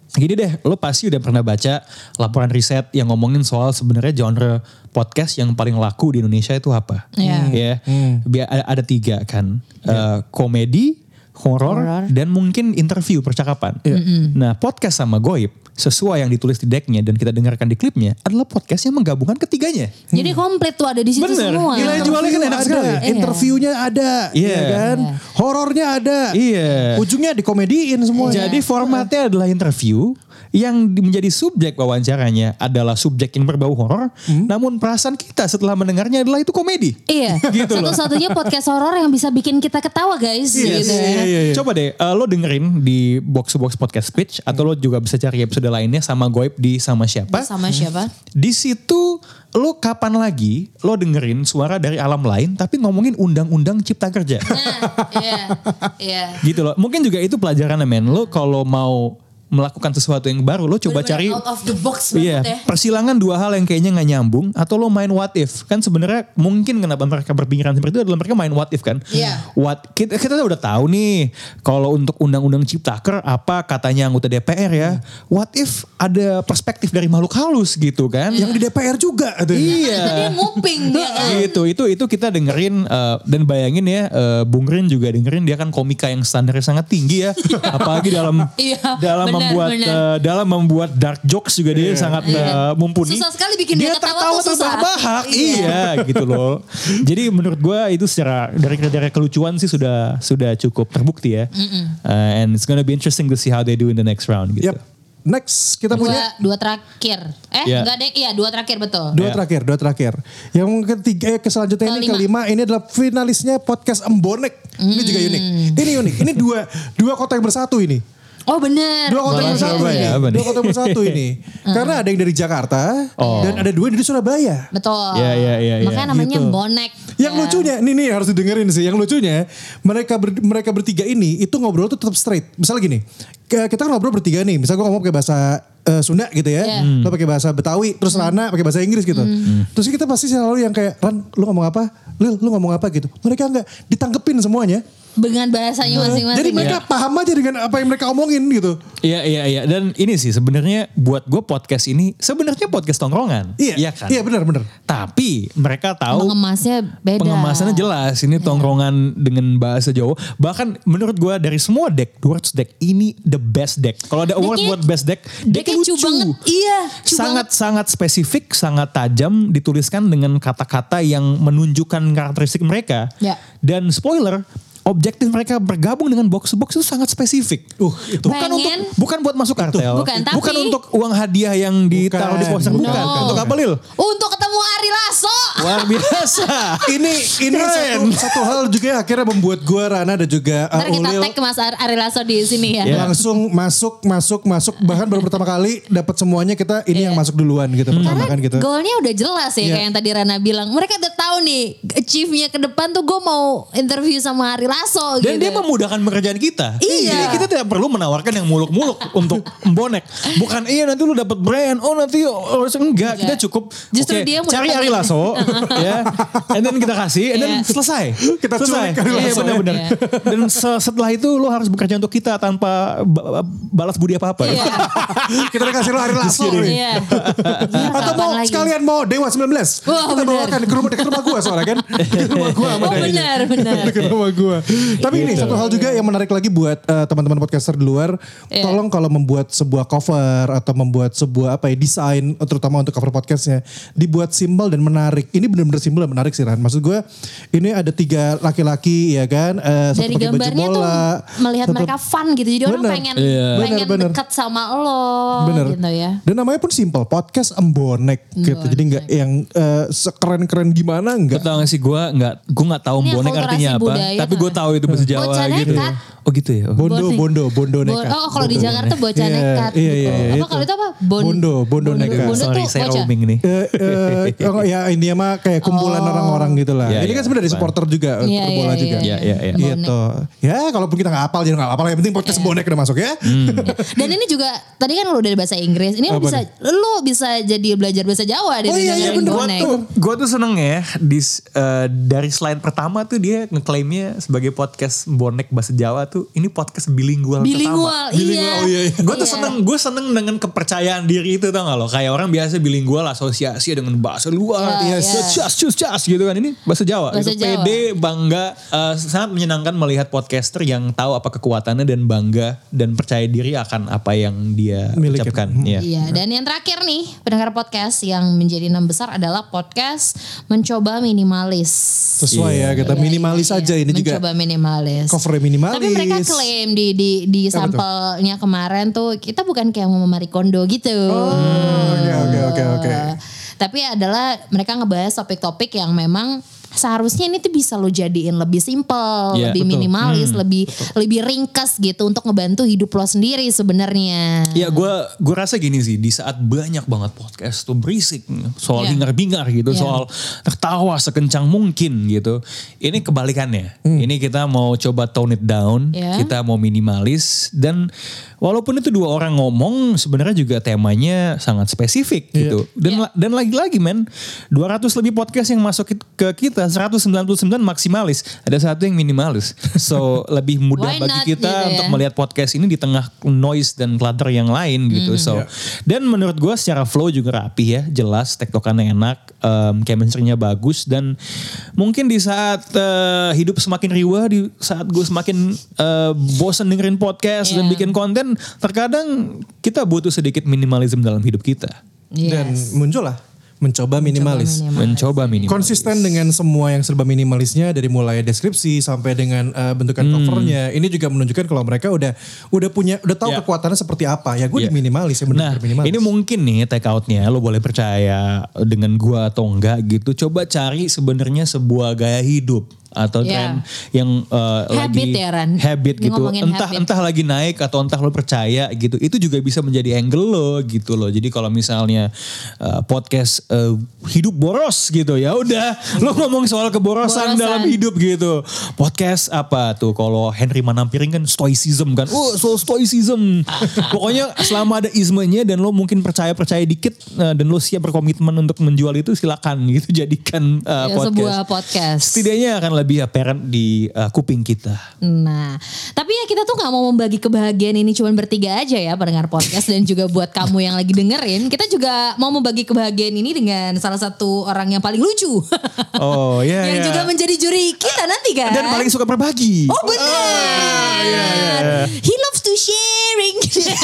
Gini deh, lo pasti udah pernah baca laporan riset yang ngomongin soal sebenarnya genre podcast yang paling laku di Indonesia itu apa? Ya, ada 3 kan, komedi, horor, dan mungkin interview percakapan. Nah, podcast sama Goib sesuai yang ditulis di decknya dan kita dengarkan di klipnya adalah podcast yang menggabungkan ketiganya. Jadi komplit tuh ada di situ semua. Nilai jualnya kan enak sekali. Interviewnya ada, ya kan? Horornya ada. Ujungnya dikomediin semua. Jadi formatnya adalah interview. Yang menjadi subjek wawancaranya adalah subjek yang berbau horor, namun perasaan kita setelah mendengarnya adalah itu komedi. Iya. Gitu Satu-satunya podcast horor yang bisa bikin kita ketawa guys. Gitu ya. Coba deh, lo dengerin di Box to Box Podcast Pitch atau lo juga bisa cari episode lainnya sama Goib di Sama Siapa. Sama siapa? Di situ lo kapan lagi lo dengerin suara dari alam lain tapi ngomongin undang-undang cipta kerja. Iya. Gitu loh. Mungkin juga itu pelajaran men. Lo kalau mau melakukan sesuatu yang baru, lo coba cari out of the box banget ya. Persilangan 2 hal yang kayaknya gak nyambung, atau lo main what if. Kan sebenarnya mungkin kenapa mereka berpikiran seperti itu adalah mereka main what if kan. Kita udah tahu nih kalau untuk undang-undang Ciptaker apa katanya anggota DPR ya. What if ada perspektif dari makhluk halus gitu kan. Yang di DPR juga. Dia nguping dia kan. Itu kita dengerin dan bayangin ya Bung Rin juga dengerin, dia kan komika yang standarnya sangat tinggi ya. Apalagi dalam membuat dark jokes juga dia sangat mumpuni. Susah sekali bikin dia ketawa tuh susah. Terbahak. Iya gitu loh. Jadi menurut gue itu secara dari kriteria kelucuan sih sudah cukup terbukti ya. And it's gonna be interesting to see how they do in the next round gitu. Next kita punya dua terakhir. Enggak deh, iya 2 terakhir betul. Dua terakhir. Yang ketiga selanjutnya ini kelima ini adalah finalisnya podcast Embonek. Ini juga unik. Ini unik. Ini dua kota yang bersatu ini. Oh benar. Dua kota yang bersatu ini. Karena ada yang dari Jakarta dan ada 2 dari Surabaya. Betul. Iya. Makanya namanya gitu. Bonek. Yang lucunya, nih harus didengerin sih. Yang lucunya mereka bertiga ini itu ngobrol tuh tetap straight. Misalnya gini, kita kan ngobrol bertiga nih. Misalnya gue ngomong pakai bahasa Sunda gitu ya. Lo pakai bahasa Betawi, terus Rana pakai bahasa Inggris gitu. Terus kita pasti selalu yang kayak, Ran, lu ngomong apa? Lil, lu ngomong apa gitu. Mereka enggak ditanggepin semuanya. Dengan bahasanya masing-masing. Jadi mereka paham aja dengan apa yang mereka omongin gitu. Iya. Dan ini sih sebenarnya buat gue podcast ini sebenarnya podcast tongkrongan. Iya kan? Iya benar. Tapi mereka tahu pengemasnya beda. Pengemasannya jelas. Ini tongkrongan dengan bahasa Jawa. Bahkan menurut gue dari semua deck, Words deck ini the best deck. Kalau ada award buat best deck, decknya lucu banget. Iya. Sangat spesifik, sangat tajam, dituliskan dengan kata-kata yang menunjukkan karakteristik mereka. Dan spoiler, objektif mereka bergabung dengan box to box itu sangat spesifik. Bukan buat masuk kartel. Bukan untuk uang hadiah yang ditaruh di poster. Bukan. Untuk apa Lil? Untuk ketemu Ari Lasso. Luar biasa. ini satu hal juga yang akhirnya membuat gue, Rana dan juga Ntar kita Ulil tag ke Mas Ari Lasso di sini ya. Langsung masuk. Bahkan baru pertama kali dapat semuanya kita ini yang masuk duluan gitu. Pertama kan gitu. Goalnya udah jelas ya kayak yang tadi Rana bilang. Mereka udah tahu nih achieve-nya ke depan tuh gue mau interview sama Ari Lasso dan gitu. dia memudahkan pekerjaan kita. Iya. Jadi kita tidak perlu menawarkan yang muluk-muluk untuk Embonek. Bukan nanti lu dapat brand. Enggak. Kita cukup dia cari Ari Lasso ya. And then kita kasih and then selesai. Kita culik Ari Lasso. Iya benar. Dan setelah itu lu harus bekerja untuk kita tanpa balas budi apa-apa. Kita kasih lu Ari Lasso. Atau sekalian mau Dewa 19. Kita bawakan ke rumah gua soalnya kan. Ke rumah gua sama benar. Ke rumah gua. Tapi ini satu hal juga yang menarik lagi buat teman-teman podcaster di luar, tolong kalau membuat sebuah cover atau membuat sebuah desain terutama untuk cover podcastnya, dibuat simpel dan menarik. Ini benar-benar simpel dan menarik sih Ran. Maksud gue ini ada 3 laki-laki ya kan, dari gambarnya tuh melihat mereka fun gitu, jadi orang pengen dekat sama lo gitu ya. Dan namanya pun simpel, podcast Embonek gitu. Jadi nggak yang sekeren-keren gimana enggak. Betul gak sih, gue nggak tahu Embonek artinya apa, tapi gue tahu itu bahasa Jawa gitu. Oh gitu ya. Bondo nekat. Oh kalau di Jakarta bocah nekat. Iya. Kalau itu apa? Bondo nekat. Sorry saya roaming nih. Ya ini mah kayak kumpulan orang-orang gitu lah. Ini kan sebenarnya dari supporter juga, bola juga. Iya. Gitu. Ya kalaupun kita nggak hafal jadi nggak hafal. Yang penting podcast Bonek udah masuk ya. Dan ini juga tadi kan lu dari bahasa Inggris. Ini lu bisa jadi belajar bahasa Jawa dari Bonek. Gue tuh seneng ya dari slide pertama tuh dia ngeklaimnya sebagai sebagai podcast bonek bahasa Jawa tuh ini podcast bilingual Bilingual, pertama. iya. Oh iya. Gue seneng dengan kepercayaan diri itu, tau gak lo? Kayak orang biasa bilingual asosiasi dengan bahasa luar. Cas gitu kan. Ini bahasa Jawa. Bahasa gitu. Jawa. Pede, bangga. Sangat menyenangkan melihat podcaster yang tahu apa kekuatannya dan bangga dan percaya diri akan apa yang dia ucapkan. Iya, dan yang terakhir nih pendengar podcast yang menjadi 6 besar adalah podcast mencoba minimalis. Sesuai ya, kita minimalis aja ini juga. Mencoba minimalis. Covernya minimalis. Tapi mereka klaim di sampelnya kemarin tuh kita bukan kayak mau Marie Kondo gitu. Oke. Tapi adalah mereka ngebahas topik-topik yang memang seharusnya ini tuh bisa lo jadiin lebih simple, lebih minimalis, lebih ringkas gitu untuk ngebantu hidup lo sendiri sebenarnya. Ya gue rasa gini sih, di saat banyak banget podcast tuh berisik soal hingar-bingar gitu, soal tertawa sekencang mungkin gitu. Ini kebalikannya. Ini kita mau coba tone it down, kita mau minimalis, dan walaupun itu 2 orang ngomong sebenarnya juga temanya sangat spesifik gitu. Dan lagi-lagi 200 lebih podcast yang masuk ke kita, 199 maksimalis, ada 1 yang minimalis. So lebih mudah bagi kita gitu untuk melihat podcast ini di tengah noise dan clutter yang lain gitu. Dan menurut gue secara flow juga rapi ya, jelas, tektokannya enak, chemistry-nya bagus, dan mungkin di saat hidup semakin riwah, di saat gue semakin bosan dengerin podcast dan bikin konten, terkadang kita butuh sedikit minimalism dalam hidup kita. Dan muncullah mencoba minimalis. Konsisten dengan semua yang serba minimalisnya, dari mulai deskripsi sampai dengan bentukan covernya. Ini juga menunjukkan kalau mereka udah tahu kekuatannya seperti apa. Ya gue minimalis, ya benar minimalis. Ini mungkin nih take outnya, lo boleh percaya dengan gue atau enggak gitu. Coba cari sebenarnya sebuah gaya hidup atau tren yang habit lagi ya, Ran. habit gitu, entah lagi naik atau entah lo percaya gitu, itu juga bisa menjadi angle lo gitu loh. Jadi kalau misalnya podcast hidup boros gitu, ya udah lo ngomong soal keborosan dalam hidup gitu. Podcast apa tuh, kalau Henry Manampiring kan stoicism kan, stoicism. Pokoknya selama ada ismenya dan lo mungkin percaya dikit dan lo siap berkomitmen untuk menjual itu, silakan gitu, jadikan sebuah podcast. Setidaknya akan lebih apparent di kuping kita. Nah, tapi ya kita tuh gak mau membagi kebahagiaan ini cuma bertiga aja ya pendengar podcast, dan juga buat kamu yang lagi dengerin, kita juga mau membagi kebahagiaan ini dengan salah satu orang yang paling lucu. Oh iya. Yang juga menjadi juri kita nanti kan. Dan paling suka berbagi. Oh benar. He loves to sharing.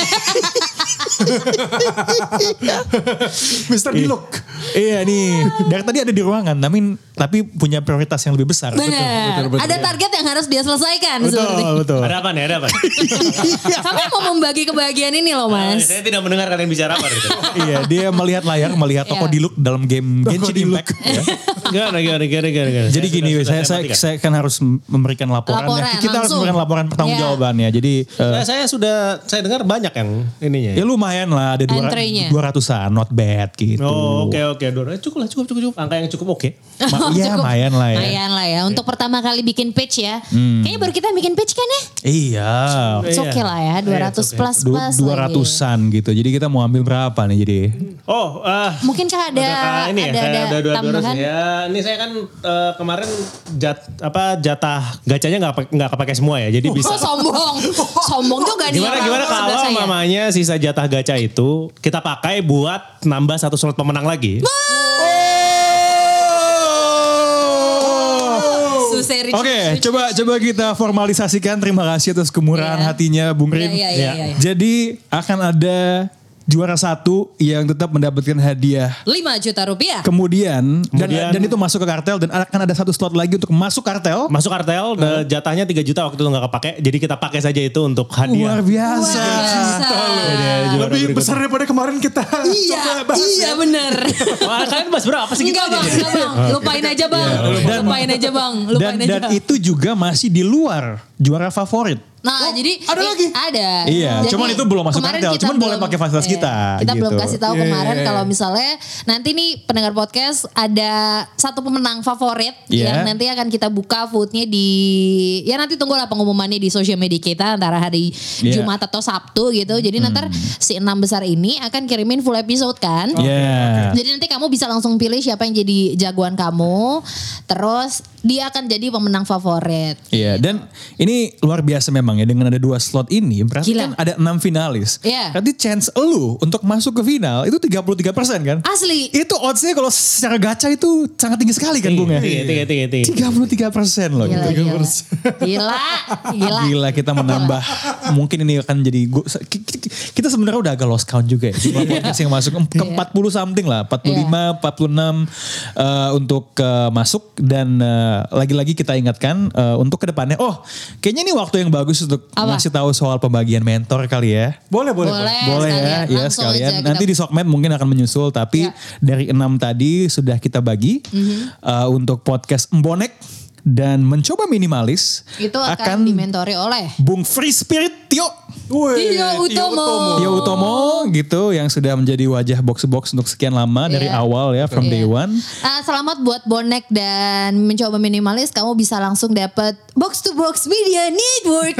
Mr. Diluk. Iya nih, dari tadi ada di ruangan, tapi punya prioritas yang lebih besar. Benar. Ada target yang harus dia selesaikan. Betul. Ada apa nih? Sampai mau membagi kebahagiaan ini loh Mas. Saya tidak mendengar kalian bicara apa gitu. Iya, dia melihat layar, melihat toko Diluk dalam game Genshin Impact. Gimana. Jadi gini, saya kan harus memberikan laporan. Kita harus memberikan laporan pertanggungjawabannya. Jadi saya dengar banyak yang ininya. Ya lumayan lah, ada 200-an, not bad gitu. Oh, oke. Cukup. Angka yang cukup oke. Iya, lumayan lah ya. Lumayan lah ya. Untuk pertama kali bikin page ya. Kayaknya baru kita bikin page kan ya? Iya. It's okay lah ya, 200 plus 200-an gitu. Jadi kita mau ambil berapa nih jadi? Mungkinkah ada tambahan? Ya, ini saya kan kemarin jatah gacanya nggak kepake semua ya. Jadi bisa. Sombong juga nih. Gimana kalau mamanya sisa jatah gacha itu kita pakai buat nambah 1 slot pemenang lagi? Oke, coba kita formalisasikan. Terima kasih atas kemurahan hatinya Bung Rin. Iya. Jadi akan ada juara 1 yang tetap mendapatkan hadiah 5 juta rupiah. Kemudian dan itu masuk ke kartel, dan akan ada 1 slot lagi untuk masuk kartel. Jatahnya 3 juta waktu itu gak kepake. Jadi kita pakai saja itu untuk hadiah. Luar biasa. Lebih besar daripada kemarin kita. Iya benar. Wah, kalian bahas berapa sih? Enggak bang. Lupain aja bang. Dan itu juga masih di luar juara favorit. Nah, jadi ada lagi? Ada. Iya, Jadi, cuman itu belum masuk kemarin kartel, kita cuman boleh belum- pakai fasilitas iya, kita, Kita belum gitu. kasih tahu Iya, kemarin iya, kalau iya. misalnya nanti nih pendengar podcast ada satu pemenang favorit Iya. yang nanti akan kita buka vote-nya di ya nanti tunggulah pengumumannya di sosial media kita antara hari Iya. Jumat atau Sabtu gitu. Jadi nanti si 6 besar ini akan kirimin full episode kan. Iya. Jadi nanti kamu bisa langsung pilih siapa yang jadi jagoan kamu. Terus dia akan jadi pemenang favorit. Iya, dan ini luar biasa memang ya dengan ada 2 slot ini berarti Gila. kan ada 6 finalis. Iya. Berarti chance lu untuk masuk ke final itu 33% kan? Asli. Itu oddsnya kalau secara gacha itu sangat tinggi sekali kan Bung ya? Tinggi. 33% loh. Gila, gitu. gila. Gila kita menambah mungkin ini akan jadi kita sebenarnya udah agak lost count juga ya jumlah podcast yang masuk ke 40 something lah 45 46 untuk masuk dan lagi-lagi kita ingatkan untuk kedepannya kayaknya ini waktu yang bagus untuk Apa? ngasih tahu soal pembagian mentor kali ya. Boleh. Boleh ya, ya Langsung sekalian. aja Nanti di Sokmed mungkin akan menyusul, tapi Ya. dari 6 tadi sudah kita bagi untuk podcast Embonek dan mencoba minimalis Itu akan dimentori oleh Bung Free Spirit Tio. Tio Utomo. Tio Utomo gitu yang sudah menjadi wajah box to box untuk sekian lama dari Iya. awal ya from day one. Selamat buat bonek dan mencoba minimalis. Kamu bisa langsung dapat box to box media network.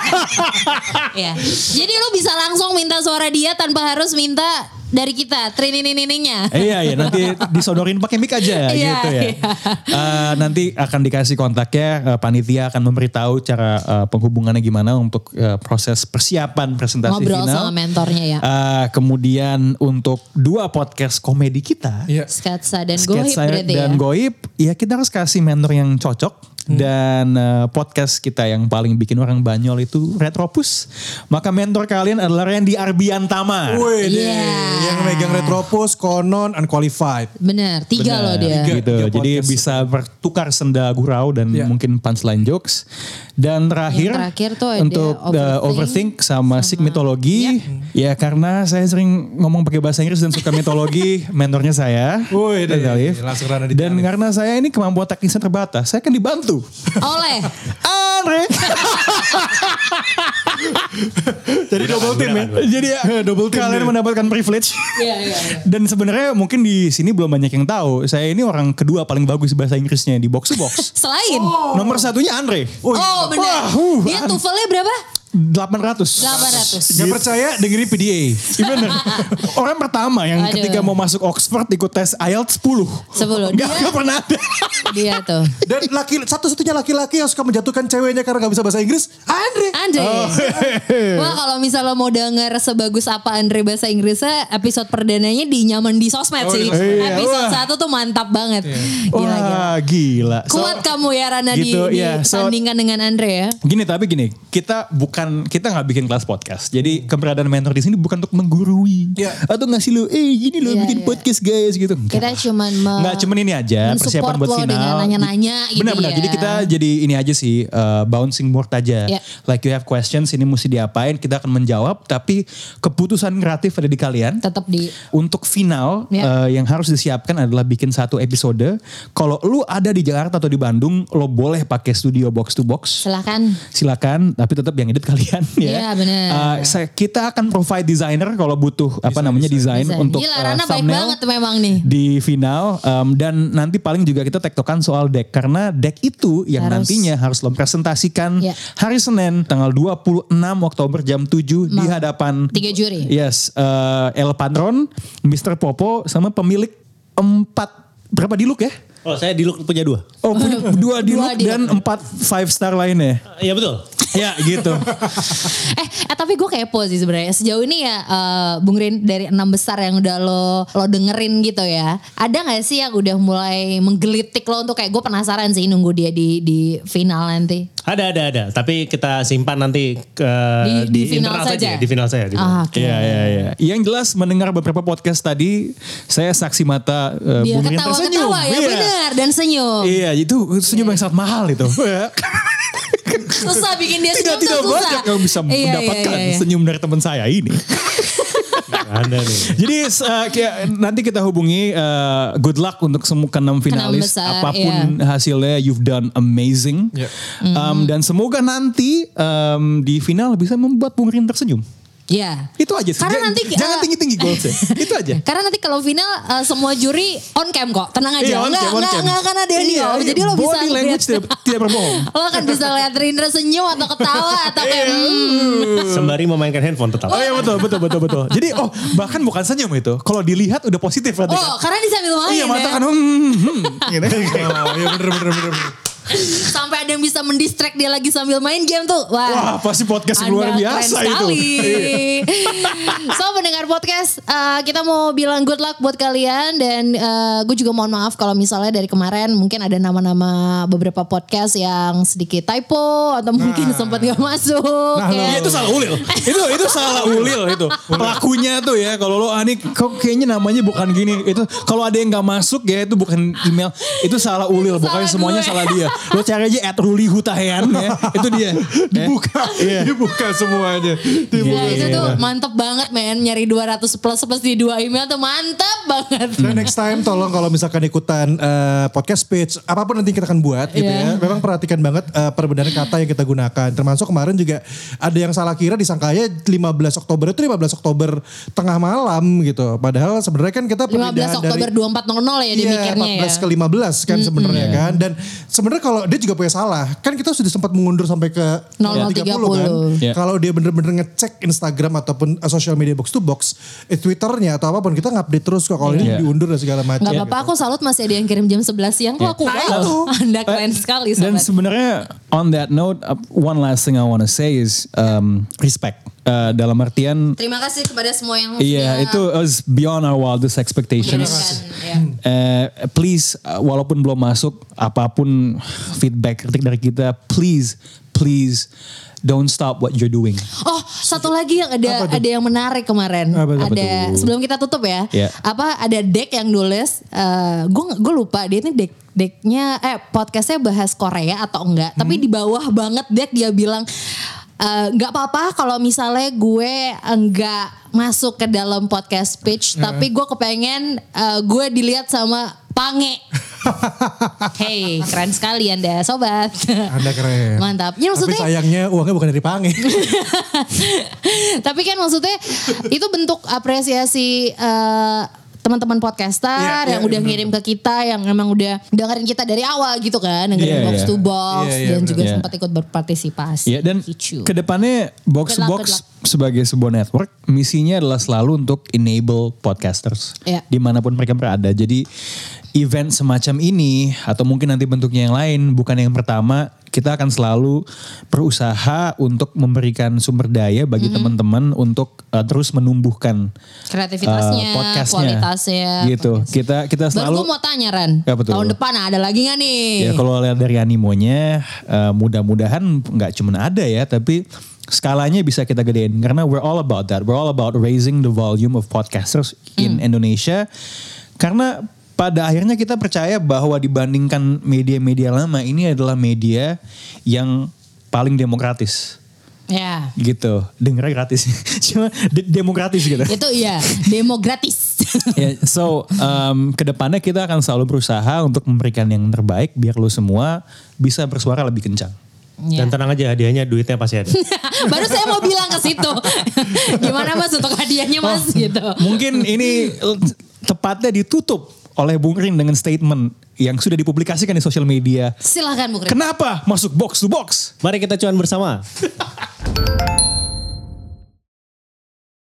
Ya. Jadi lo bisa langsung minta suara dia tanpa harus minta dari kita trinininingnya. Iya nanti disodorin pakai mic aja Iya, gitu ya. Nanti akan dikasih kontaknya, panitia akan memberitahu cara penghubungannya gimana untuk proses persiapan presentasi Ngobrol final. sama mentornya ya. Kemudian untuk 2 podcast komedi kita, Iya. Sketsa dan Gohip Sketsa berarti dan ya. Goib, ya kita harus kasih mentor yang cocok. Dan podcast kita yang paling bikin orang banyol itu Retropus. Maka mentor kalian adalah Randy Arbiantama. Wih, Iya. yang megang Retropus, Konon, Unqualified. Bener, 3 loh dia. Gitu. Tiga Jadi podcast. bisa bertukar senda gurau dan Iya. mungkin punchline jokes. Dan terakhir, Yang terakhir tuh ada untuk Overthink sama Sig Mitologi. Ya karena saya sering ngomong pakai bahasa Inggris dan suka mitologi, mentornya saya. Wih, Dan Alif. langsung Rana Dan Alif. karena saya ini kemampuan teknisnya terbatas, saya akan dibantu. Oleh. Andre. Jadi double team ya. Jadi ya, Double team kalian deh. mendapatkan privilege. Iya. Dan sebenarnya mungkin di sini belum banyak yang tahu. Saya ini orang kedua paling bagus bahasa Inggrisnya di box to box. Selain. Nomor satunya Andre. Oh benar. Dia tuvelnya berapa? 800. 800. Gak percaya dengerin PDA. Iya bener. Orang pertama yang Aduh. ketika mau masuk Oxford ikut tes IELTS 10. 10. Gak pernah ada. Dia tuh. Dan satu-satunya laki-laki yang suka menjatuhkan ceweknya karena gak bisa bahasa Inggris, Andre. Andre. Wah kalau misalnya mau denger sebagus apa Andre bahasa Inggrisnya, episode perdananya di Nyaman di Sosmed sih. Iya. Episode Wah. 1 tuh mantap banget. Gila. Wah gila. Kuat kamu ya Rana gitu, iya. disandingkan dengan Andre ya. Gini, kita nggak bikin kelas podcast. Jadi keberadaan mentor di sini bukan untuk menggurui Iya. atau ngasih lo, gini lo Iya, bikin iya. podcast guys gitu. Kita cuman Nggak cuman ini aja persiapan buat lo final. dengan nanya-nanya gitu Benar-benar. ya. Jadi kita jadi ini aja sih bouncing board aja. Iya. Like you have questions ini mesti diapain kita akan menjawab. Tapi keputusan kreatif ada di kalian. tetap di Untuk final Iya. yang harus disiapkan adalah bikin 1 episode. Kalau lu ada di Jakarta atau di Bandung, lo boleh pakai studio box to box. Silakan, tapi tetap yang edit kalian ya. Iya, bener. Kita akan provide designer kalau butuh desain untuk Gila Rana baik thumbnail banget memang nih. di final dan nanti paling juga kita tektokan soal deck karena deck itu yang nantinya harus lo presentasikan Iya. hari Senin tanggal 26 Oktober jam 7 di hadapan 3 juri. Yes, El Patron, Mr. Popo sama pemilik 4 berapa di look ya? Oh saya di look punya 2. Oh punya 2 di look di dan 4 5 star lainnya. Iya betul. Ya gitu. Tapi gue kepo sih sebenarnya. Sejauh ini ya Bung Rin dari 6 besar yang udah lo dengerin gitu ya. Ada gak sih yang udah mulai menggelitik lo untuk kayak gue penasaran sih nunggu dia di final nanti. Ada. Tapi kita simpan nanti Di final internal saja? Di final saya. Oke. Iya. Yang jelas mendengar beberapa podcast tadi, saya saksi mata Dia Bung Rin tersenyum. ketawa-ketawa ya Iya. benar dan senyum. Iya, itu senyum yang sangat mahal itu. Susah bikin dia senyum Tidak tuh susah. banyak yang bisa Iya, mendapatkan iya. senyum dari teman saya ini. Ada nih. Jadi nanti kita hubungi good luck untuk semua ke-6 finalis. besar, Apapun hasilnya, you've done amazing. Dan semoga nanti di final bisa membuat Bung Rin tersenyum. Ya. Itu aja sih. Karena nanti jangan tinggi-tinggi goalsnya. Itu aja. Karena nanti kalau final semua juri on cam kok. Tenang aja. Iya, on cam. Enggak akan ada yang Jadi lo bisa body language tidak berbohong. Lo kan bisa lihat Rindra senyum atau ketawa atau kayak Sembari memainkan handphone tetap. Oh iya betul. Jadi bahkan bukan senyum itu. Kalau dilihat udah positif berarti kan. karena dia sambil main. Iya mata kan gitu. Iya bener. Sampai ada yang bisa mendistract dia lagi sambil main game tuh. Wah pasti podcast luar biasa itu. So pendengar podcast, kita mau bilang good luck buat kalian. Dan gue juga mohon maaf kalau misalnya dari kemarin mungkin ada nama-nama beberapa podcast yang sedikit typo. Atau mungkin sempat gak masuk. Iya itu salah Ulil. Itu salah Ulil itu. Pelakunya tuh ya. Kalau lo ini kok kayaknya namanya bukan gini. Itu kalau ada yang gak masuk ya itu bukan email. Itu salah Ulil. Pokoknya semuanya salah dia. Lo cari aja @ruli_hutahean ya. Itu dia. Dibuka semuanya. Ya itu tuh mantep banget men. Nyari 200 plus di 2 email tuh mantep banget. Dan next time tolong kalau misalkan ikutan podcast page, apapun nanti kita akan buat gitu ya. Memang perhatikan banget perbenaran kata yang kita gunakan. Termasuk kemarin juga ada yang salah kira disangkanya 15 Oktober itu 15 Oktober tengah malam gitu. Padahal sebenarnya kan kita 15 Oktober 24.00 ya dimikirnya ya. 14 ke 15 kan sebenarnya kan. Dan sebenarnya kalau dia juga punya salah. Kan kita sudah sempat mengundur sampai ke 0030 kan. Kalau dia bener-bener ngecek Instagram ataupun social media box to box, Twitternya atau apapun kita ngupdate terus kok kalau ini diundur dan segala macam. Gak apa-apa aku salut masih ada yang kirim jam 11 siang tuh aku Anda keren sekali sobat. Dan sebenarnya on that note, one last thing I want to say is respect. Dalam artian terima kasih kepada semua yang itu was beyond our wildest expectations. Please walaupun belum masuk apapun feedback kritik dari kita, please don't stop what you're doing. Oh, satu lagi yang ada yang menarik kemarin. Ada sebelum kita tutup ya. Ada deck yang nulis gue lupa dia ini decknya podcastnya bahas Korea atau enggak. Tapi di bawah banget deck dia bilang nggak apa-apa kalau misalnya gue enggak masuk ke dalam podcast pitch, tapi gue kepengen gue dilihat sama Pange. Hey, keren sekali Anda sobat. Anda keren. Mantap. Ya, maksudnya, tapi sayangnya uangnya bukan dari Pange. Tapi kan maksudnya itu bentuk apresiasi teman-teman podcaster yang udah ngirim ke kita, yang emang udah dengerin kita dari awal gitu kan, dengerin box to box dan juga sempat ikut berpartisipasi. Dan kedepannya box to box sebagai sebuah network, misinya adalah selalu untuk enable podcasters dimanapun mereka berada. Jadi event semacam ini atau mungkin nanti bentuknya yang lain bukan yang pertama. Kita akan selalu berusaha untuk memberikan sumber daya bagi teman-teman untuk terus menumbuhkan kreativitasnya, kualitasnya. Gitu. Kita selalu. Baru gue mau tanya Ran, tahun depan ada lagi gak nih? Ya kalau lihat dari animonya, mudah-mudahan nggak cuma ada ya, tapi skalanya bisa kita gedein karena we're all about that. We're all about raising the volume of podcasters in Indonesia. Karena pada akhirnya kita percaya bahwa dibandingkan media-media lama, ini adalah media yang paling demokratis. Ya. Gitu. Dengernya gratis. Cuma demokratis gitu. Itu iya, demokratis. So, kedepannya kita akan selalu berusaha untuk memberikan yang terbaik biar lu semua bisa bersuara lebih kencang. Dan tenang aja, hadiahnya duitnya pasti ada. Baru saya mau bilang ke situ. Gimana Mas untuk hadiahnya Mas gitu. Mungkin ini tepatnya ditutup oleh Bung Rin dengan statement yang sudah dipublikasikan di sosial media. Silahkan Bung Rin. Kenapa masuk box to box? Mari kita cuan bersama.